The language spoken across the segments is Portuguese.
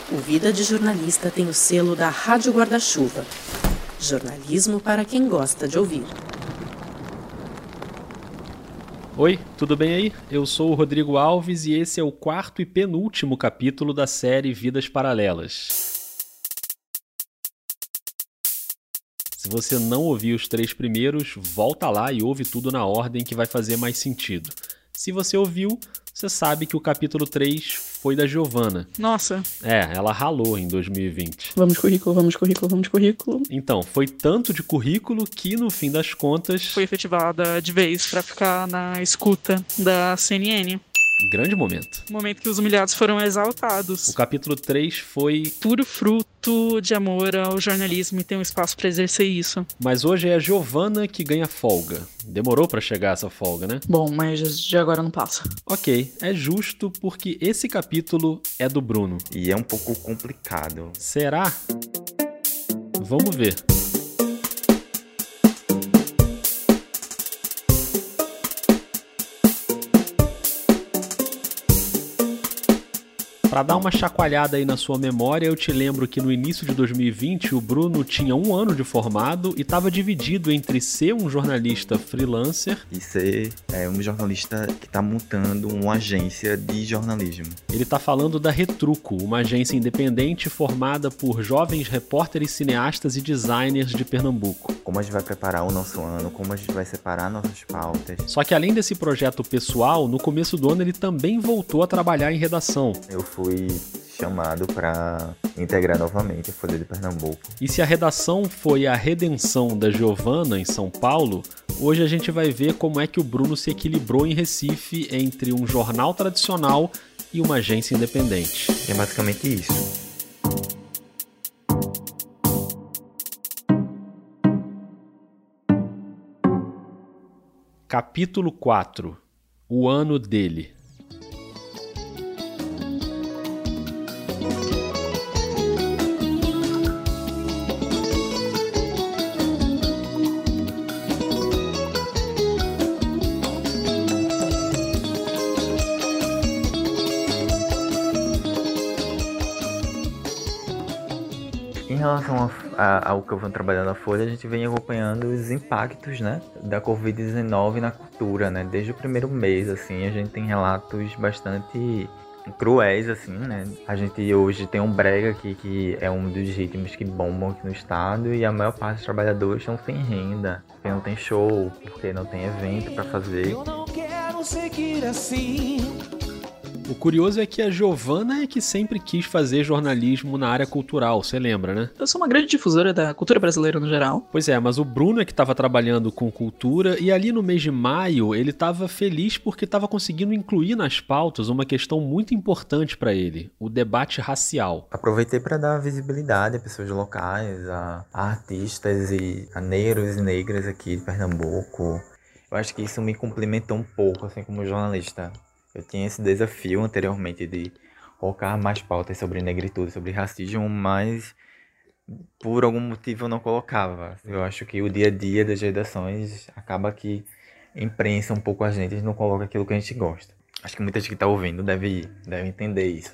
O Vida de Jornalista tem o selo da Rádio Guarda-Chuva. Jornalismo para quem gosta de ouvir. Oi, tudo bem aí? Eu sou o Rodrigo Alves e esse é o quarto e penúltimo capítulo da série Vidas Paralelas. Se você não ouviu os 3 primeiros, volta lá e ouve tudo na ordem que vai fazer mais sentido. Se você ouviu, você sabe que o capítulo 3 foi da Giovana. Nossa. Ela ralou em 2020. Vamos currículo. Então, foi tanto de currículo que, no fim das contas... foi efetivada de vez pra ficar na escuta da CNN. Grande momento. Momento que os humilhados foram exaltados. O capítulo 3 foi... puro fruto de amor ao jornalismo e tem um espaço pra exercer isso. Mas hoje é a Giovana que ganha folga. Demorou pra chegar essa folga, né? Bom, mas de agora não passa. Ok, é justo porque esse capítulo é do Bruno. E é um pouco complicado. Será? Vamos ver. Para dar uma chacoalhada aí na sua memória, eu te lembro que no início de 2020 o Bruno tinha 1 ano de formado e estava dividido entre ser um jornalista freelancer e ser um jornalista que está montando uma agência de jornalismo. Ele está falando da Retruco, uma agência independente formada por jovens repórteres, cineastas e designers de Pernambuco. Como a gente vai preparar o nosso ano, como a gente vai separar nossas pautas. Só que além desse projeto pessoal, no começo do ano ele também voltou a trabalhar em redação. Eu fui chamado para integrar novamente a Folha de Pernambuco. E se a redação foi a redenção da Giovana em São Paulo, hoje a gente vai ver como é que o Bruno se equilibrou em Recife entre um jornal tradicional e uma agência independente. É basicamente isso. Capítulo 4. O ano dele. Em relação ao que eu vou trabalhar na Folha, a gente vem acompanhando os impactos, né, da Covid-19 na cultura, né? Desde o primeiro mês, assim, a gente tem relatos bastante cruéis, assim, né? A gente hoje tem um brega aqui que é um dos ritmos que bombam aqui no estado e a maior parte dos trabalhadores estão sem renda, porque não tem show, porque não tem evento para fazer. Eu não quero seguir assim. O curioso é que a Giovana é que sempre quis fazer jornalismo na área cultural, você lembra, né? Eu sou uma grande difusora da cultura brasileira no geral. Pois é, mas o Bruno é que estava trabalhando com cultura e ali no mês de maio ele estava feliz porque estava conseguindo incluir nas pautas uma questão muito importante para ele, o debate racial. Aproveitei para dar visibilidade a pessoas locais, a artistas e a negros e negras aqui de Pernambuco. Eu acho que isso me complementou um pouco, assim, como jornalista. Eu tinha esse desafio anteriormente de colocar mais pautas sobre negritude, sobre racismo, mas por algum motivo eu não colocava. Eu acho que o dia a dia das redações acaba que imprensa um pouco a gente não coloca aquilo que a gente gosta. Acho que muita gente que está ouvindo deve entender isso.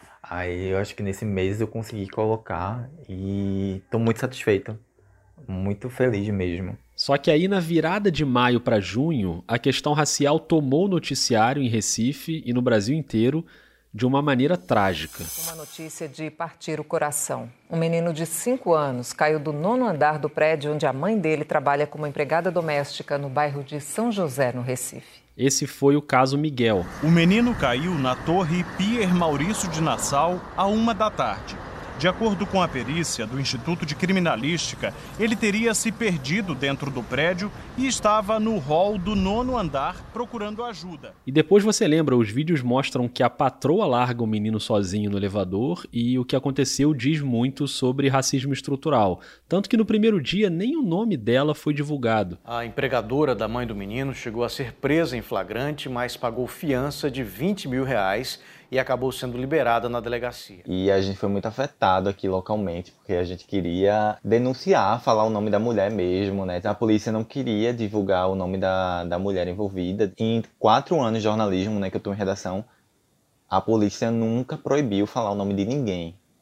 Aí eu acho que nesse mês eu consegui colocar e estou muito satisfeito, muito feliz mesmo. Só que aí na virada de maio para junho, a questão racial tomou o noticiário em Recife e no Brasil inteiro de uma maneira trágica. Uma notícia de partir o coração. Um menino de 5 anos caiu do 9º andar do prédio onde a mãe dele trabalha como empregada doméstica no bairro de São José, no Recife. Esse foi o caso Miguel. O menino caiu na torre Pier Maurício de Nassau à 1h da tarde. De acordo com a perícia do Instituto de Criminalística, ele teria se perdido dentro do prédio e estava no hall do 9º andar procurando ajuda. E depois você lembra, os vídeos mostram que a patroa larga o menino sozinho no elevador e o que aconteceu diz muito sobre racismo estrutural. Tanto que no primeiro dia nem o nome dela foi divulgado. A empregadora da mãe do menino chegou a ser presa em flagrante, mas pagou fiança de R$20 mil e acabou sendo liberada na delegacia. E a gente foi muito afetado aqui localmente, porque a gente queria denunciar, falar o nome da mulher mesmo, né? A polícia não queria divulgar o nome da mulher envolvida. Em 4 anos de jornalismo, né, que eu estou em redação, a polícia nunca proibiu falar o nome de ninguém.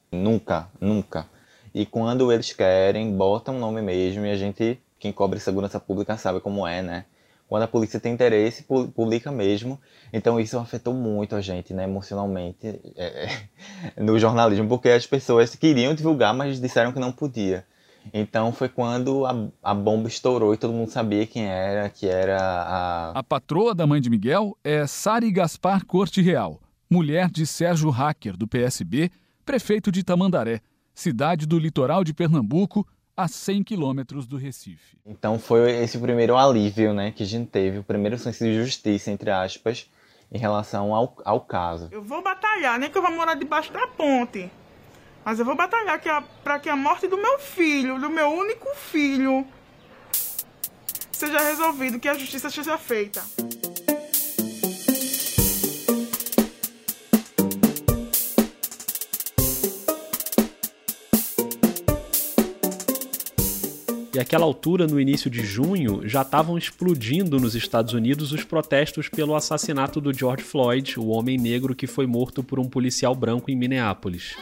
Nunca. E quando eles querem, botam o nome mesmo, e a gente, quem cobre segurança pública sabe como é, né? Quando a polícia tem interesse, publica mesmo. Então isso afetou muito a gente, né, emocionalmente, no jornalismo, porque as pessoas queriam divulgar, mas disseram que não podia. Então foi quando a bomba estourou e todo mundo sabia quem era, que era a... A patroa da mãe de Miguel é Sari Gaspar Corte Real, mulher de Sérgio Hacker, do PSB, prefeito de Tamandaré, cidade do litoral de Pernambuco, a 100 quilômetros do Recife. Então foi esse primeiro alívio, né, que a gente teve, o primeiro senso de justiça, entre aspas, em relação ao caso. Eu vou batalhar, nem que eu vá morar debaixo da ponte, mas eu vou batalhar para que a morte do meu filho, do meu único filho, seja resolvido, que a justiça seja feita. E àquela altura, no início de junho, já estavam explodindo nos Estados Unidos os protestos pelo assassinato do George Floyd, o homem negro que foi morto por um policial branco em Minneapolis.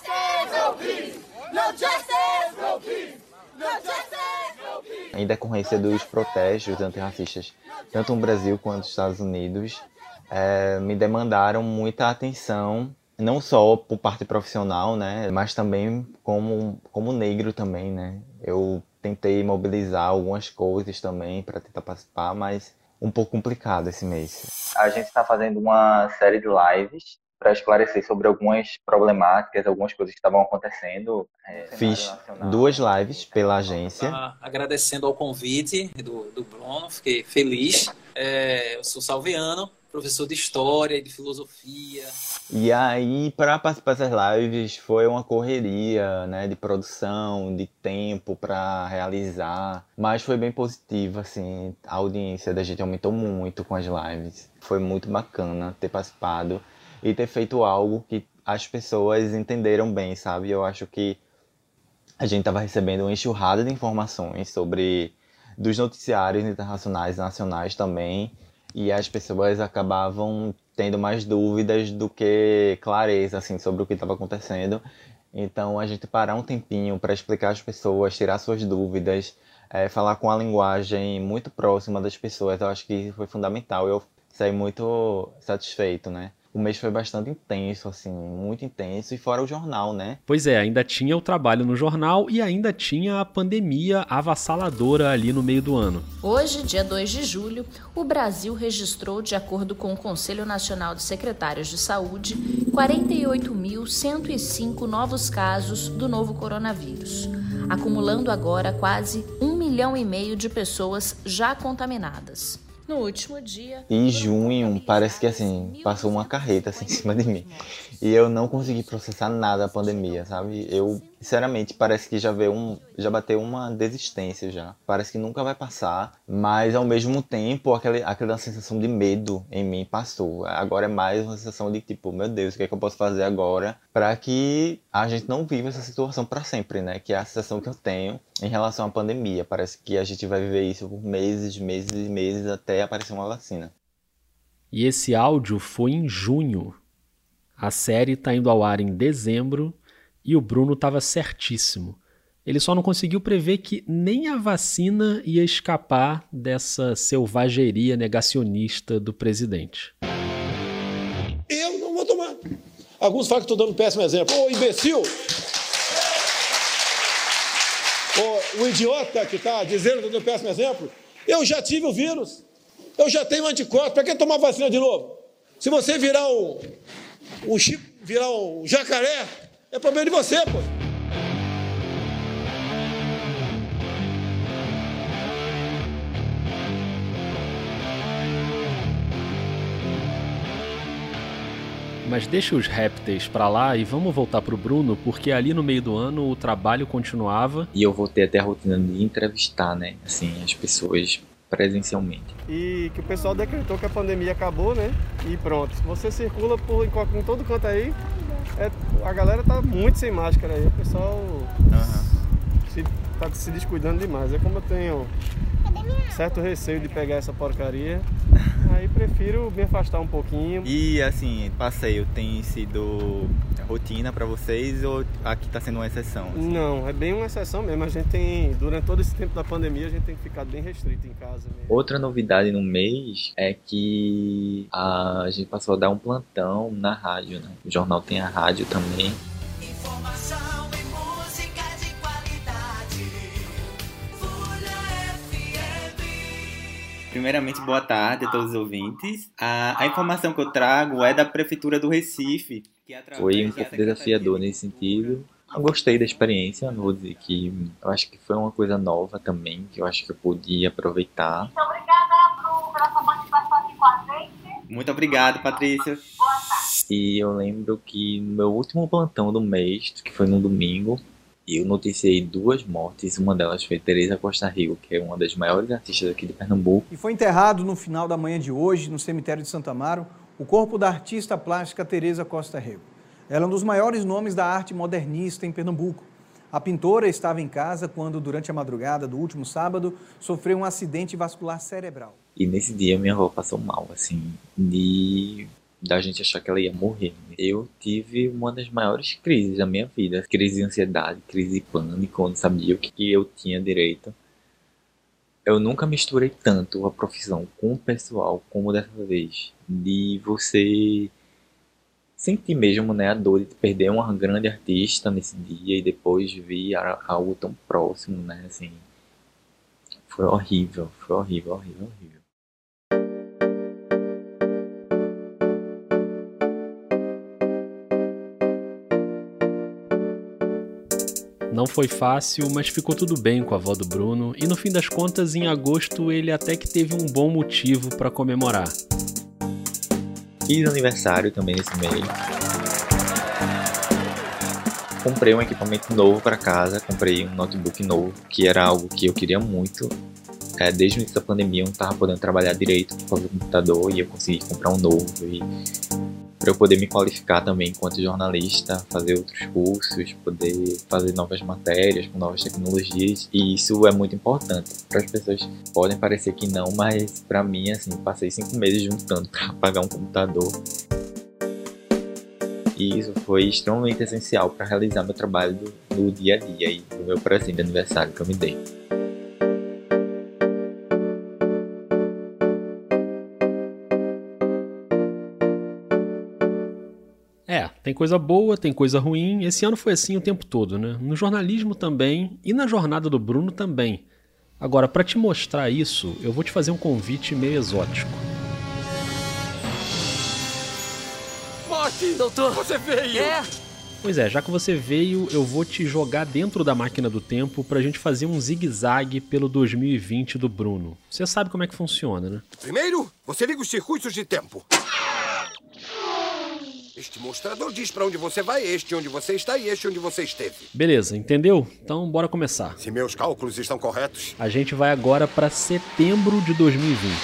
Em decorrência dos protestos antirracistas, tanto no Brasil quanto nos Estados Unidos, me demandaram muita atenção, não só por parte profissional, né, mas também como negro também, né. Eu tentei mobilizar algumas coisas também para tentar participar, mas um pouco complicado esse mês. A gente está fazendo uma série de lives para esclarecer sobre algumas problemáticas, algumas coisas que estavam acontecendo. Fiz 2 lives pela agência. Agradecendo ao convite do Bruno, fiquei feliz. Eu sou salviano, professor de História e de Filosofia. E aí, para participar dessas lives, foi uma correria, né, de produção, de tempo para realizar. Mas foi bem positivo, assim, a audiência da gente aumentou muito com as lives. Foi muito bacana ter participado e ter feito algo que as pessoas entenderam bem, sabe? Eu acho que a gente estava recebendo uma enxurrada de informações dos noticiários internacionais e nacionais também, e as pessoas acabavam tendo mais dúvidas do que clareza, assim, sobre o que estava acontecendo. Então, a gente parar um tempinho para explicar às pessoas, tirar suas dúvidas, falar com a linguagem muito próxima das pessoas, eu acho que foi fundamental. Eu saí muito satisfeito, né? O mês foi bastante intenso, assim, muito intenso, e fora o jornal, né? Pois é, ainda tinha o trabalho no jornal e ainda tinha a pandemia avassaladora ali no meio do ano. Hoje, dia 2 de julho, o Brasil registrou, de acordo com o Conselho Nacional de Secretários de Saúde, 48.105 novos casos do novo coronavírus, acumulando agora quase 1,5 milhão de pessoas já contaminadas. No último dia... E junho, parece que assim, passou uma carreta assim, em cima de mim. E eu não consegui processar nada da pandemia, sabe? Eu, sinceramente, parece que já bateu uma desistência já. Parece que nunca vai passar, mas ao mesmo tempo, aquela sensação de medo em mim passou. Agora é mais uma sensação de tipo, meu Deus, o que é que eu posso fazer agora para que a gente não viva essa situação para sempre, né? Que é a sensação que eu tenho em relação à pandemia. Parece que a gente vai viver isso por meses, meses e meses até aparecer uma vacina. E esse áudio foi em junho. A série tá indo ao ar em dezembro e o Bruno estava certíssimo. Ele só não conseguiu prever que nem a vacina ia escapar dessa selvageria negacionista do presidente. Eu não vou tomar. Alguns falam que estou dando um péssimo exemplo. Ô, imbecil! O idiota que está dizendo que eu dou um péssimo exemplo, eu já tive o vírus. Eu já tenho anticorpos. Para que tomar vacina de novo? Se você virar virar um jacaré, é problema de você, pô. Mas deixa os répteis pra lá e vamos voltar pro Bruno, porque ali no meio do ano o trabalho continuava. E eu voltei até a rotina de entrevistar, né, assim, as pessoas presencialmente. E que o pessoal decretou que a pandemia acabou, né, e pronto. Você circula em todo canto aí, a galera tá muito sem máscara aí, o pessoal tá se descuidando demais. É como eu tenho certo receio de pegar essa porcaria, Aí prefiro me afastar um pouquinho. E assim, passeio tem sido rotina para vocês ou aqui tá sendo uma exceção? Assim? Não, é bem uma exceção mesmo. A gente tem, durante todo esse tempo da pandemia, a gente tem ficado bem restrito em casa mesmo. Outra novidade no mês é que a gente passou a dar um plantão na rádio, né? O jornal tem a rádio também. Informação e música de qualidade. Folha FM. Primeiramente, boa tarde a todos os ouvintes. A informação que eu trago é da Prefeitura do Recife. Foi um pouco desafiador nesse sentido. Eu gostei da experiência, não vou dizer que... Eu acho que foi uma coisa nova também, que eu acho que eu podia aproveitar. Muito obrigada pela sua participação aqui com a gente. Muito obrigado, Patrícia. Boa tarde. E eu lembro que no meu último plantão do mês, que foi no domingo, eu noticiei 2 mortes. Uma delas foi Teresa Costa Rigo, que é uma das maiores artistas aqui de Pernambuco. E foi enterrado no final da manhã de hoje, no cemitério de Santa Amaro, o corpo da artista plástica Teresa Costa Rigo. Ela é um dos maiores nomes da arte modernista em Pernambuco. A pintora estava em casa quando, durante a madrugada do último sábado, sofreu um acidente vascular cerebral. E nesse dia minha avó passou mal, assim, da gente achar que ela ia morrer. Eu tive uma das maiores crises da minha vida. Crise de ansiedade, crise de pânico, não sabia o que eu tinha direito. Eu nunca misturei tanto a profissão com o pessoal como dessa vez. De você sentir mesmo, né, a dor de perder uma grande artista nesse dia e depois vir algo tão próximo, né, assim. Foi horrível, horrível. Não foi fácil, mas ficou tudo bem com a avó do Bruno e no fim das contas, em agosto, ele até que teve um bom motivo para comemorar. Fiz aniversário também nesse mês. Comprei um equipamento novo para casa, comprei um notebook novo, que era algo que eu queria muito. Desde o início da pandemia eu não estava podendo trabalhar direito por causa do computador e eu consegui comprar um novo. E para eu poder me qualificar também enquanto jornalista, fazer outros cursos, poder fazer novas matérias com novas tecnologias, e isso é muito importante. Para as pessoas podem parecer que não, mas para mim, assim, passei 5 meses juntando para pagar um computador. E isso foi extremamente essencial para realizar meu trabalho do dia a dia e do meu presente de aniversário que eu me dei. Tem coisa boa, tem coisa ruim. Esse ano foi assim o tempo todo, né? No jornalismo também e na jornada do Bruno também. Agora, para te mostrar isso, eu vou te fazer um convite meio exótico. Morte! Doutor! Você veio! Pois é, já que você veio, eu vou te jogar dentro da máquina do tempo pra gente fazer um zigue-zague pelo 2020 do Bruno. Você sabe como é que funciona, né? Primeiro, você liga os circuitos de tempo. Este mostrador diz para onde você vai, este onde você está e este onde você esteve. Beleza, entendeu? Então bora começar. Se meus cálculos estão corretos. A gente vai agora para setembro de 2020.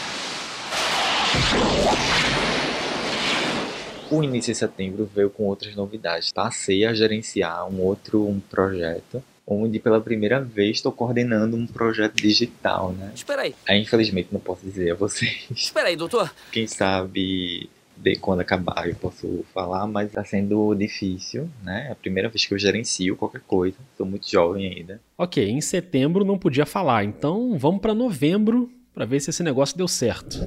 O início de setembro veio com outras novidades. Passei a gerenciar um projeto, onde pela primeira vez estou coordenando um projeto digital, né? Espera aí. Infelizmente não posso dizer a vocês. Espera aí, doutor. Quem sabe... quando acabar eu posso falar, mas está sendo difícil, né? É a primeira vez que eu gerencio qualquer coisa, sou muito jovem ainda. Ok, em setembro não podia falar, então vamos para novembro para ver se esse negócio deu certo.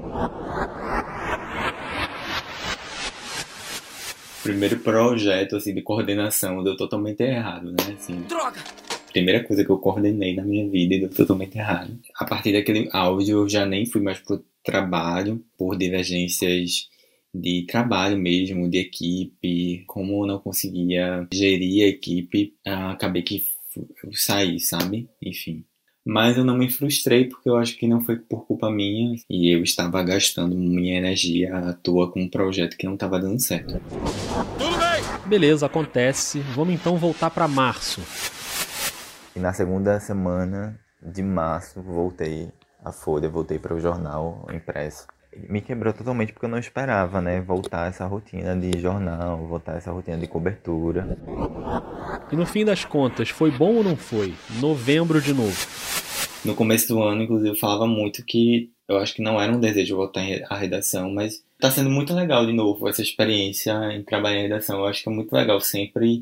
Primeiro projeto assim, de coordenação deu totalmente errado, né? Assim, droga! Primeira coisa que eu coordenei na minha vida e deu totalmente errado. A partir daquele áudio eu já nem fui mais pro trabalho, por divergências de trabalho mesmo, de equipe. Como eu não conseguia gerir a equipe, acabei que eu saí, sabe? Enfim. Mas eu não me frustrei porque eu acho que não foi por culpa minha e eu estava gastando minha energia à toa com um projeto que não estava dando certo. Tudo bem! Beleza, acontece. Vamos então voltar para março. E na segunda semana de março voltei à Folha, voltei para o jornal impresso. Me quebrou totalmente porque eu não esperava, né? Voltar essa rotina de jornal, voltar essa rotina de cobertura. E no fim das contas, foi bom ou não foi? Novembro de novo. No começo do ano, inclusive, eu falava muito que Eu acho que não era um desejo voltar à redação, mas tá sendo muito legal de novo essa experiência em trabalhar em redação. Eu acho que é muito legal sempre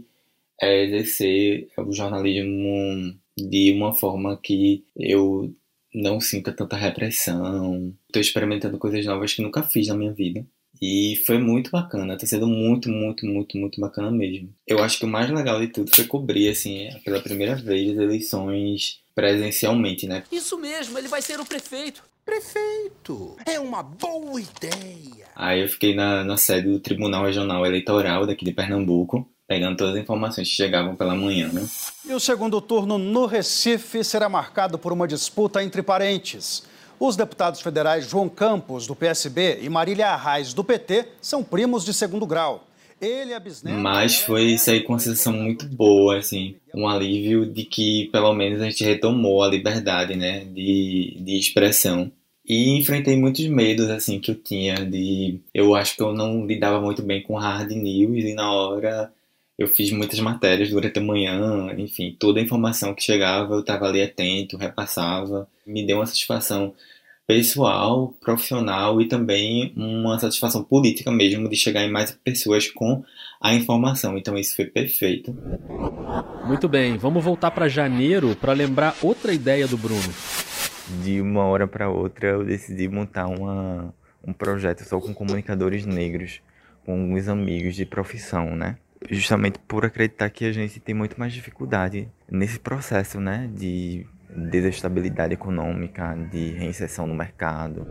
exercer o jornalismo de uma forma que eu não sinta tanta repressão. Estou experimentando coisas novas que nunca fiz na minha vida. E foi muito bacana, tá sendo muito, muito, muito, muito bacana mesmo. Eu acho que o mais legal de tudo foi cobrir, assim, pela primeira vez as eleições presencialmente, né? Isso mesmo, ele vai ser o prefeito. Prefeito, é uma boa ideia. Aí eu fiquei na sede do Tribunal Regional Eleitoral daqui de Pernambuco, pegando todas as informações que chegavam pela manhã, né? E o segundo turno no Recife será marcado por uma disputa entre parentes. Os deputados federais João Campos, do PSB, e Marília Arraes, do PT, são primos de segundo grau. Ele e a bisneta... Mas foi sair com uma sensação muito boa, assim, um alívio de que pelo menos a gente retomou a liberdade, né, de expressão. E enfrentei muitos medos, assim, que eu tinha eu acho que eu não lidava muito bem com hard news e na hora eu fiz muitas matérias durante a manhã, enfim, toda a informação que chegava eu estava ali atento, repassava. Me deu uma satisfação pessoal, profissional e também uma satisfação política mesmo de chegar em mais pessoas com a informação. Então isso foi perfeito. Muito bem, vamos voltar para janeiro para lembrar outra ideia do Bruno. De uma hora para outra eu decidi montar um projeto só com comunicadores negros, com alguns amigos de profissão, né? Justamente por acreditar que a gente tem muito mais dificuldade nesse processo, né, de desestabilidade econômica, de reinserção no mercado.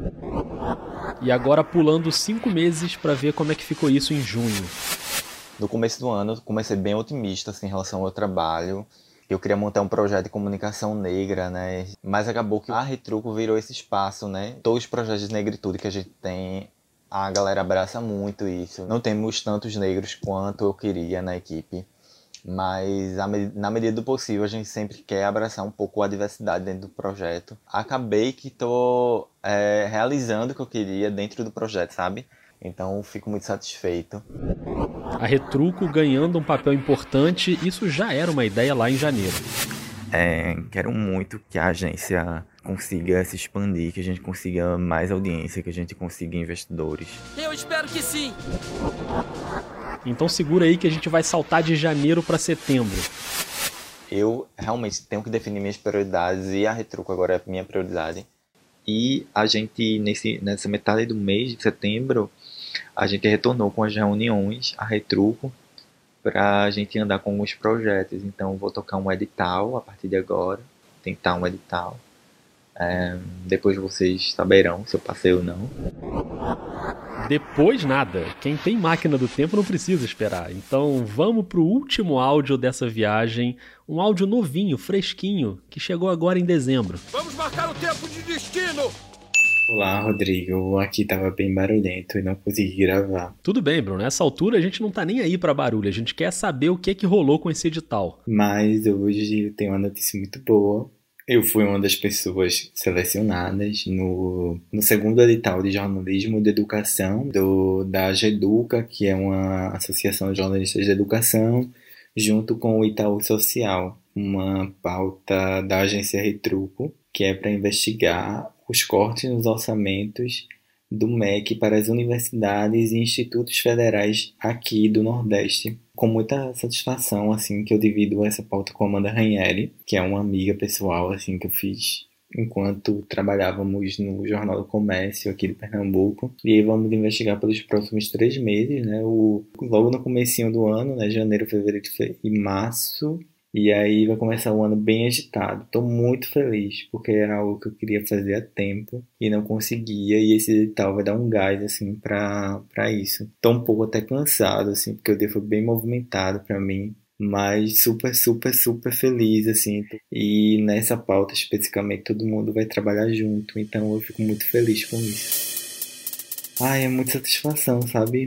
E agora pulando 5 meses para ver como é que ficou isso em junho. No começo do ano eu comecei bem otimista assim, em relação ao meu trabalho. Eu queria montar um projeto de comunicação negra, né? Mas acabou que a Retruco virou esse espaço, né? Todos os projetos de negritude que a gente tem, a galera abraça muito isso. Não temos tantos negros quanto eu queria na equipe, mas na medida do possível a gente sempre quer abraçar um pouco a diversidade dentro do projeto. Acabei que estou realizando o que eu queria dentro do projeto, sabe? Então fico muito satisfeito. A Retruco ganhando um papel importante, isso já era uma ideia lá em janeiro. Quero muito que a agência consiga se expandir, que a gente consiga mais audiência, que a gente consiga investidores. Eu espero que sim. Então segura aí que a gente vai saltar de janeiro para setembro. Eu realmente tenho que definir minhas prioridades e a Retruco agora é a minha prioridade. E a gente, nessa metade do mês de setembro, a gente retornou com as reuniões, a Retruco, para a gente andar com alguns projetos. Então vou tocar um edital a partir de agora, tentar um edital. Depois vocês saberão se eu passei ou não. Depois nada. Quem tem máquina do tempo não precisa esperar. Então vamos pro último áudio dessa viagem. Um áudio novinho, fresquinho, que chegou agora em dezembro. Vamos marcar o tempo de destino! Olá, Rodrigo. Aqui tava bem barulhento e não consegui gravar. Tudo bem, Bruno. Nessa altura a gente não tá nem aí pra barulho. A gente quer saber o que rolou com esse edital. Mas hoje tem uma notícia muito boa. Eu fui uma das pessoas selecionadas no segundo edital de jornalismo de educação da GEDUCA, que é uma associação de jornalistas de educação, junto com o Itaú Social, uma pauta da agência Retruco, que é para investigar os cortes nos orçamentos do MEC para as universidades e institutos federais aqui do Nordeste. Com muita satisfação, assim, que eu divido essa pauta com a Amanda Ranieri, que é uma amiga pessoal, assim, que eu fiz enquanto trabalhávamos no Jornal do Comércio aqui de Pernambuco. E aí vamos investigar pelos próximos 3 meses, né? Logo no comecinho do ano, né? Janeiro, fevereiro e março. E aí vai começar um ano bem agitado. Estou muito feliz, porque era algo que eu queria fazer há tempo e não conseguia. E esse edital vai dar um gás, assim, pra isso. Estou um pouco até cansado, assim, porque o dia foi bem movimentado para mim. Mas super, super, super feliz, assim. E nessa pauta, especificamente, todo mundo vai trabalhar junto. Então eu fico muito feliz com isso. Ai, é muita satisfação, sabe?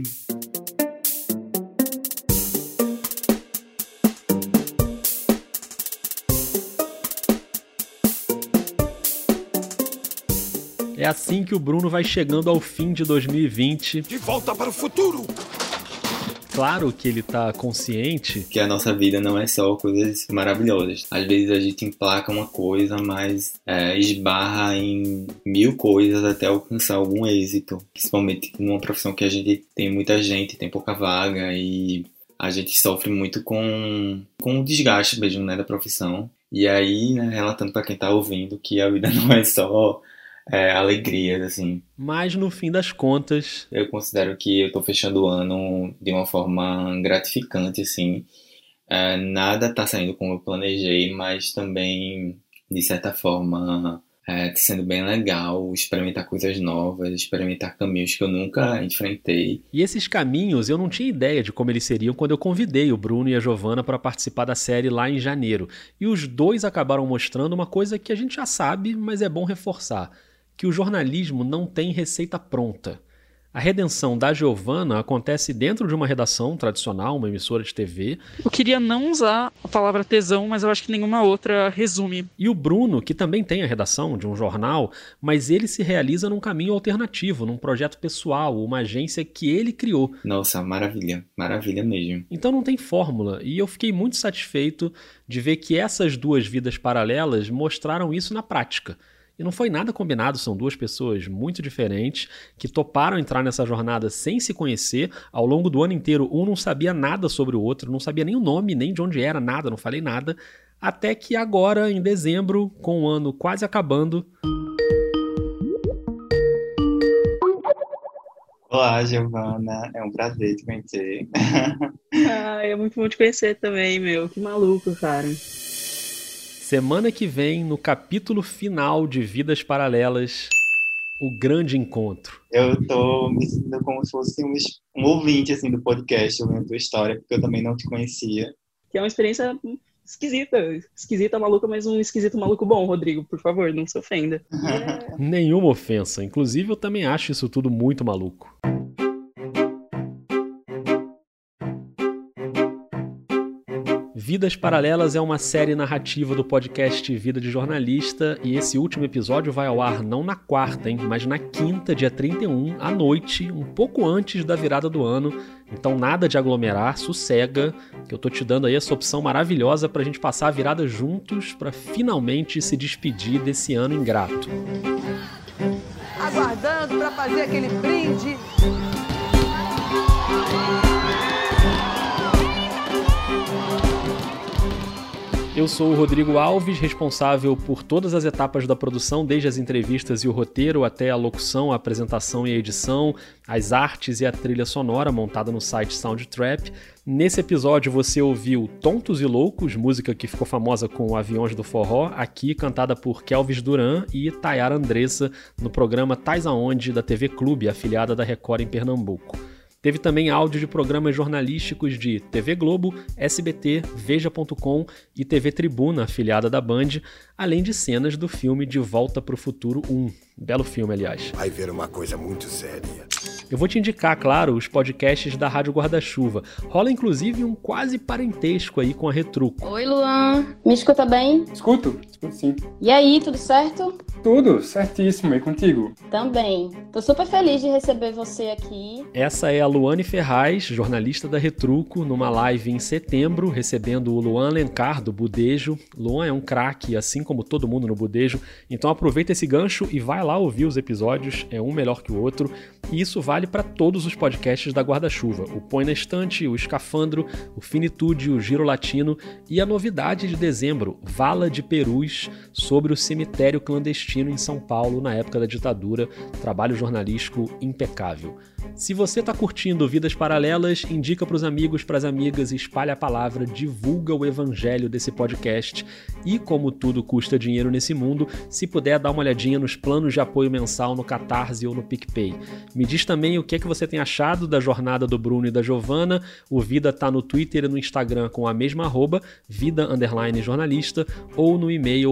É assim que o Bruno vai chegando ao fim de 2020. De volta para o futuro! claro que ele tá consciente que a nossa vida não é só coisas maravilhosas. Às vezes a gente emplaca uma coisa, mas esbarra em 1000 coisas até alcançar algum êxito. Principalmente numa profissão que a gente tem muita gente, tem pouca vaga e a gente sofre muito com o desgaste mesmo, né, da profissão. E aí, né, relatando para quem tá ouvindo que a vida não é só alegrias, assim. Mas no fim das contas, eu considero que eu tô fechando o ano de uma forma gratificante, assim. Nada tá saindo como eu planejei, mas também, de certa forma, tá sendo bem legal experimentar coisas novas, experimentar caminhos que eu nunca enfrentei. E esses caminhos eu não tinha ideia de como eles seriam quando eu convidei o Bruno e a Giovana para participar da série lá em janeiro. E os dois acabaram mostrando uma coisa que a gente já sabe, mas é bom reforçar, que o jornalismo não tem receita pronta. A redenção da Giovana acontece dentro de uma redação tradicional, uma emissora de TV. Eu queria não usar a palavra tesão, mas eu acho que nenhuma outra resume. E o Bruno, que também tem a redação de um jornal, mas ele se realiza num caminho alternativo, num projeto pessoal, uma agência que ele criou. Nossa, maravilha, maravilha mesmo. Então não tem fórmula, e eu fiquei muito satisfeito de ver que essas duas vidas paralelas mostraram isso na prática. E não foi nada combinado, são duas pessoas muito diferentes que toparam entrar nessa jornada sem se conhecer. Ao longo do ano inteiro, um não sabia nada sobre o outro, não sabia nem o nome, nem de onde era, nada, não falei nada. Até que agora, em dezembro, com o ano quase acabando... Olá, Giovana, é um prazer te conhecer. É muito bom te conhecer também, meu, que maluco, cara. Semana que vem, no capítulo final de Vidas Paralelas, o grande encontro. Eu tô me sentindo como se fosse um ouvinte assim, do podcast, ouvindo a tua história, porque eu também não te conhecia. Que é uma experiência esquisita, maluca, mas um esquisito maluco bom, Rodrigo, por favor, não se ofenda. Nenhuma ofensa, inclusive eu também acho isso tudo muito maluco. Vidas Paralelas é uma série narrativa do podcast Vida de Jornalista e esse último episódio vai ao ar não na quarta, mas na quinta, dia 31, à noite, um pouco antes da virada do ano. Então nada de aglomerar, sossega, que eu tô te dando aí essa opção maravilhosa pra gente passar a virada juntos pra finalmente se despedir desse ano ingrato. Aguardando pra fazer aquele brinde. Eu sou o Rodrigo Alves, responsável por todas as etapas da produção, desde as entrevistas e o roteiro até a locução, a apresentação e a edição, as artes e a trilha sonora montada no site Soundtrap. Nesse episódio você ouviu Tontos e Loucos, música que ficou famosa com Aviões do Forró, aqui cantada por Kelvis Duran e Tayara Andressa no programa Tais Aonde da TV Clube, afiliada da Record em Pernambuco. Teve também áudio de programas jornalísticos de TV Globo, SBT, Veja.com e TV Tribuna, afiliada da Band, além de cenas do filme De Volta pro Futuro 1. Belo filme, aliás. Vai ver uma coisa muito séria. Eu vou te indicar, claro, os podcasts da Rádio Guarda-Chuva. Rola, inclusive, um quase parentesco aí com a Retruco. Oi, Luan. Me escuta bem? Escuto sim. E aí, tudo certo? Tudo certíssimo. E contigo? Também. Tô super feliz de receber você aqui. Essa é a Luane Ferraz, jornalista da Retruco, numa live em setembro, recebendo o Luan Alencar, do Budejo. Luan é um craque, assim como todo mundo no Budejo. Então aproveita esse gancho e vai lá ouvir os episódios, é um melhor que o outro. E isso vale para todos os podcasts da Guarda-Chuva. O Põe na Estante, o Escafandro, o Finitude, o Giro Latino e a novidade de dezembro, Vala de Perus, sobre o cemitério clandestino em São Paulo na época da ditadura. Trabalho jornalístico impecável. Se você está curtindo Vidas Paralelas, indica para os amigos, para as amigas, espalha a palavra, divulga o evangelho desse podcast e, como tudo custa dinheiro nesse mundo, se puder dar uma olhadinha nos planos de apoio mensal no Catarse ou no PicPay. Me diz também o que é que você tem achado da jornada do Bruno e da Giovana. O Vida tá no Twitter e no Instagram com a mesma @, vida_jornalista, ou no e-mail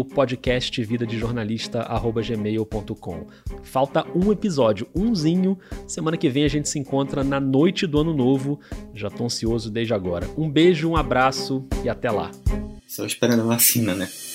podcastvidadejornalista@gmail.com. Falta um episódio, umzinho. Semana que vem a gente se encontra na noite do Ano Novo. Já tô ansioso desde agora. Um beijo, um abraço e até lá. Só esperando a vacina, né?